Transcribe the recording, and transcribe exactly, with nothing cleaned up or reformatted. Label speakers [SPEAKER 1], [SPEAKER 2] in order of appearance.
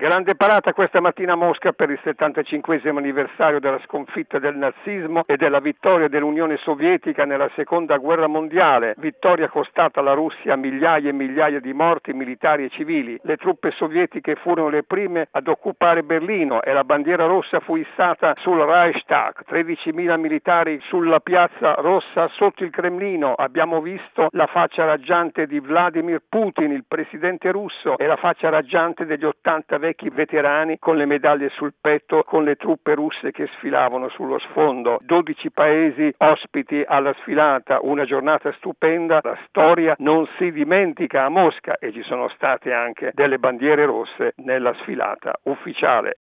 [SPEAKER 1] Grande parata questa mattina a Mosca per il settantacinquesimo anniversario della sconfitta del nazismo e della vittoria dell'Unione Sovietica nella seconda guerra mondiale, vittoria costata alla Russia migliaia e migliaia di morti militari e civili. Le truppe sovietiche furono le prime ad occupare Berlino e la bandiera rossa fu issata sul Reichstag, tredicimila militari sulla piazza rossa sotto il Cremlino. Abbiamo visto la faccia raggiante di Vladimir Putin, il presidente russo, e la faccia raggiante degli ottanta vecchi veterani con le medaglie sul petto, con le truppe russe che sfilavano sullo sfondo. dodici paesi ospiti alla sfilata, una giornata stupenda. La storia non si dimentica a Mosca e ci sono state anche delle bandiere rosse nella sfilata ufficiale.